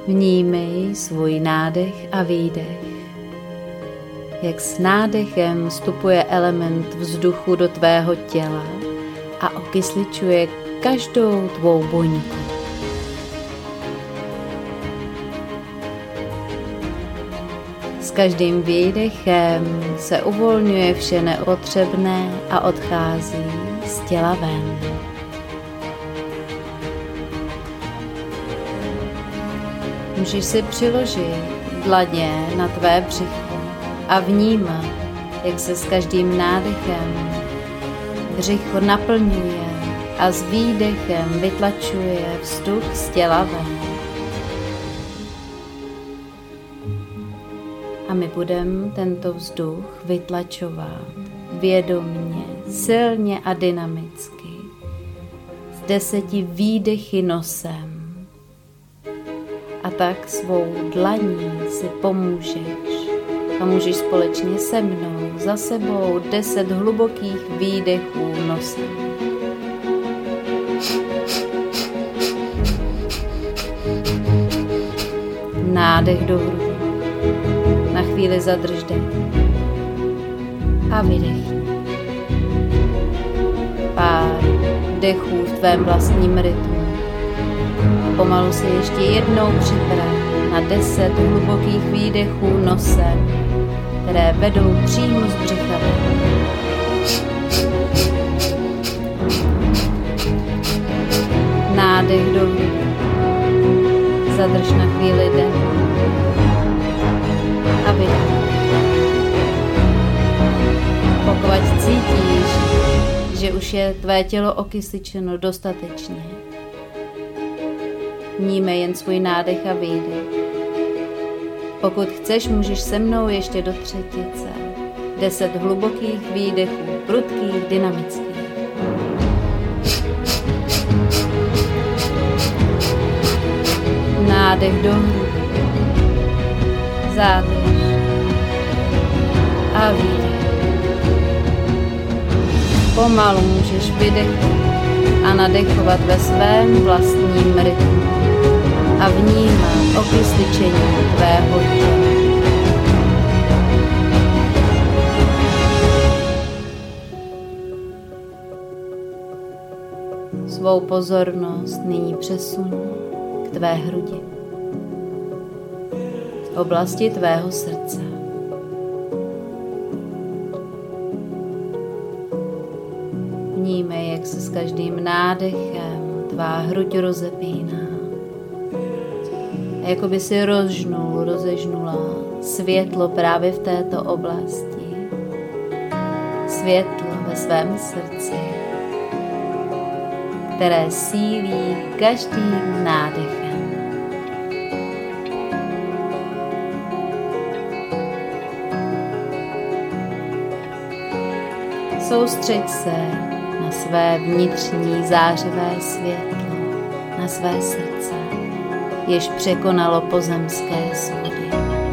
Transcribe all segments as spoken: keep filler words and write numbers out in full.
Vnímej svůj nádech a výdech. Jak s nádechem vstupuje element vzduchu do tvého těla a okysličuje každou tvou buňku. S každým výdechem se uvolňuje vše nepotřebné a odchází z těla ven. Můžeš si přiložit dlaně na tvé břicho a vnímat, jak se s každým nádechem břicho naplňuje a s výdechem vytlačuje vzduch z těla ven. A my budeme tento vzduch vytlačovat vědomně, silně a dynamicky s deseti výdechy nosem. A tak svou dlaní si pomůžeš a můžeš společně se mnou za sebou deset hlubokých výdechů nosem. Nádech do hrudi. Na chvíli zadrž dech a vydechni. Pár dechů v tvém vlastním rytmu. Pomalu se ještě jednou připrav na deset hlubokých výdechů nosem, které vedou přímo z břicha ven. Nádech do hrudi. Zadrž na chvíli dech a vydech. Pokud cítíš, že už je tvé tělo okysličeno dostatečně, vnímej jen svůj nádech a výdech. Pokud chceš, můžeš se mnou ještě do třetice. Deset hlubokých výdechů, prudkých, dynamických. Nádech do hrudi. Zádrž a výdech. Pomalu můžeš vydechnout a nadechovat ve svém vlastním rytmu a vnímat okysličení tvého těla. Svou pozornost nyní přesunu k tvé hrudi, v oblasti tvého srdce. Vnímej, jak se s každým nádechem tvá hruď rozepíná. A jako by si rozžnul, rozežnula světlo právě v této oblasti. Světlo ve svém srdci, které sílí každým nádechem. Soustřeď se na své vnitřní zářivé světlo, na své srdce, jež překonalo pozemské svody.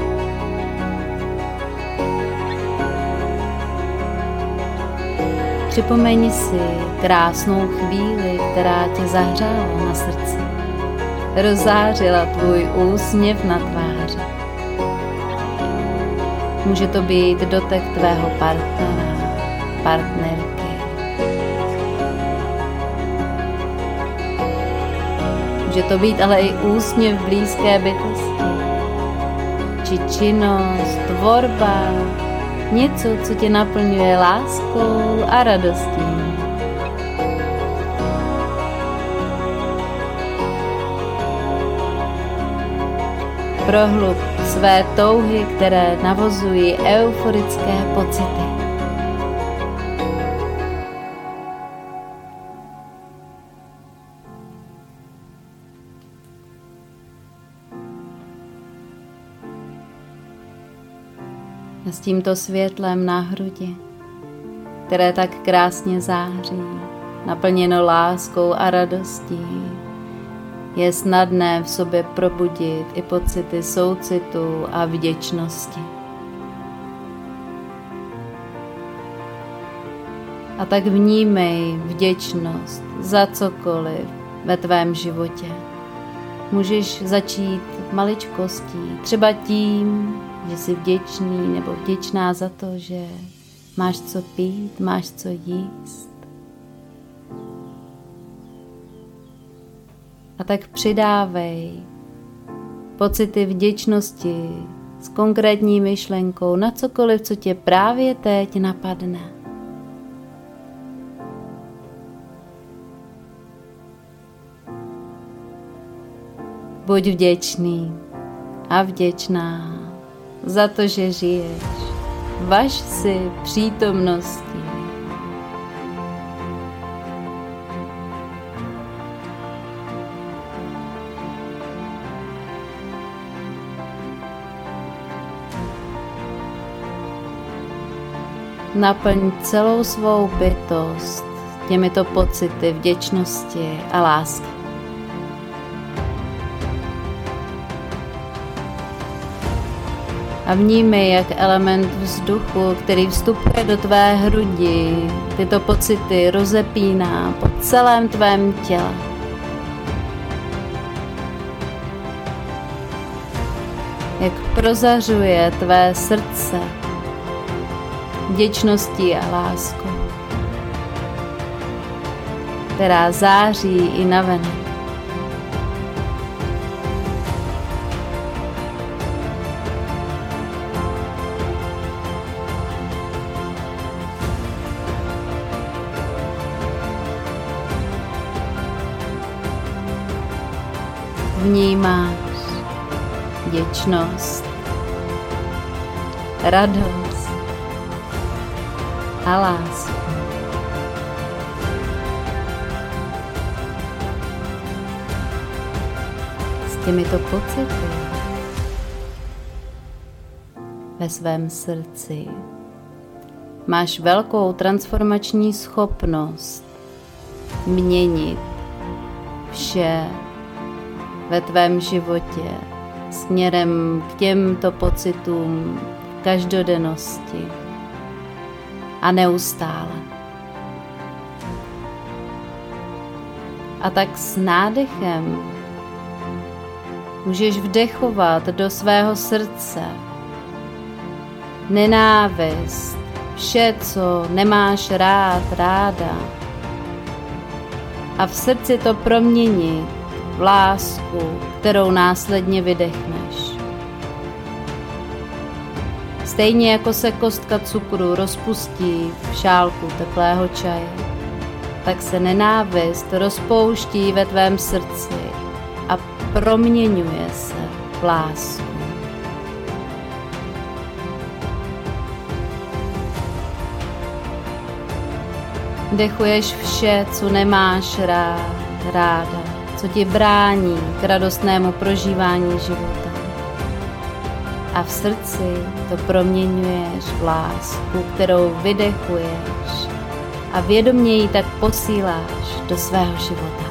Připomeň si krásnou chvíli, která tě zahřála na srdci, rozzářila tvůj úsměv na tváři. Může to být dotek tvého partnera, partnerky. Může to být ale i úsměv blízké bytosti, či činnost, tvorba, něco, co tě naplňuje láskou a radostí. Prohlub své touhy, které navozují euforické pocity. A s tímto světlem na hrudi, které tak krásně září, naplněno láskou a radostí, je snadné v sobě probudit i pocity soucitu a vděčnosti. A tak vnímej vděčnost za cokoliv ve tvém životě. Můžeš začít maličkostí, třeba tím, že jsi vděčný nebo vděčná za to, že máš co pít, máš co jíst. A tak přidávej pocity vděčnosti s konkrétní myšlenkou na cokoliv, co tě právě teď napadne. Buď vděčný a vděčná za to, že žiješ. Važ si přítomnosti. Naplň celou svou bytost těmito pocity vděčnosti a lásky. A vnímej, jak element vzduchu, který vstupuje do tvé hrudi, tyto pocity rozepíná po celém tvém těle. Jak prozařuje tvé srdce vděčností a láskou, která září i navenek. Vnímáš vděčnost, radost a lásku. S těmito pocity ve svém srdci máš velkou transformační schopnost měnit vše ve tvém životě směrem k těmto pocitům v každodennosti a neustále. A tak s nádechem můžeš vdechovat do svého srdce nenávist, vše, co nemáš rád, ráda, a v srdci to proměnit v lásku, kterou následně vydechneš. Stejně jako se kostka cukru rozpustí v šálku teplého čaje, tak se nenávist rozpouští ve tvém srdci a proměňuje se v lásku. Dechuješ vše, co nemáš rád, ráda, co ti brání k radostnému prožívání života. A v srdci to proměňuješ v lásku, kterou vydechuješ a vědomě ji tak posíláš do svého života.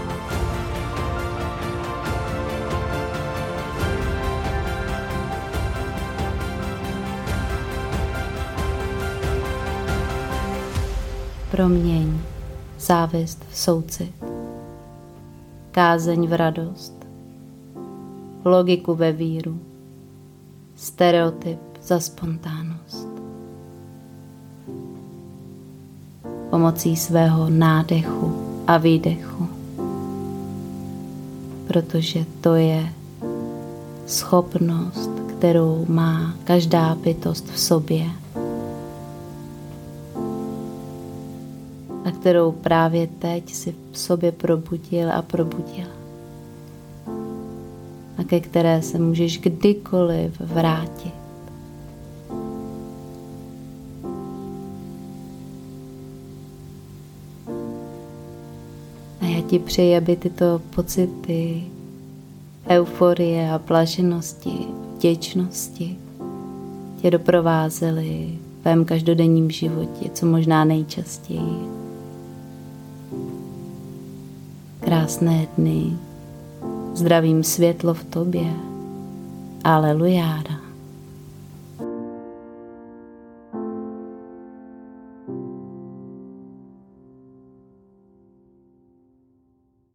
Proměň závist v soucit, kázeň v radost, logiku ve víru, stereotyp za spontánnost. Pomocí svého nádechu a výdechu, protože to je schopnost, kterou má každá bytost v sobě a kterou právě teď si v sobě probudil a probudila a ke které se můžeš kdykoliv vrátit. A já ti přeji, aby tyto pocity euforie a blaženosti, vděčnosti tě doprovázely v tvém každodenním životě, co možná nejčastěji. Krásné dny, zdravím světlo v tobě. Alelujára.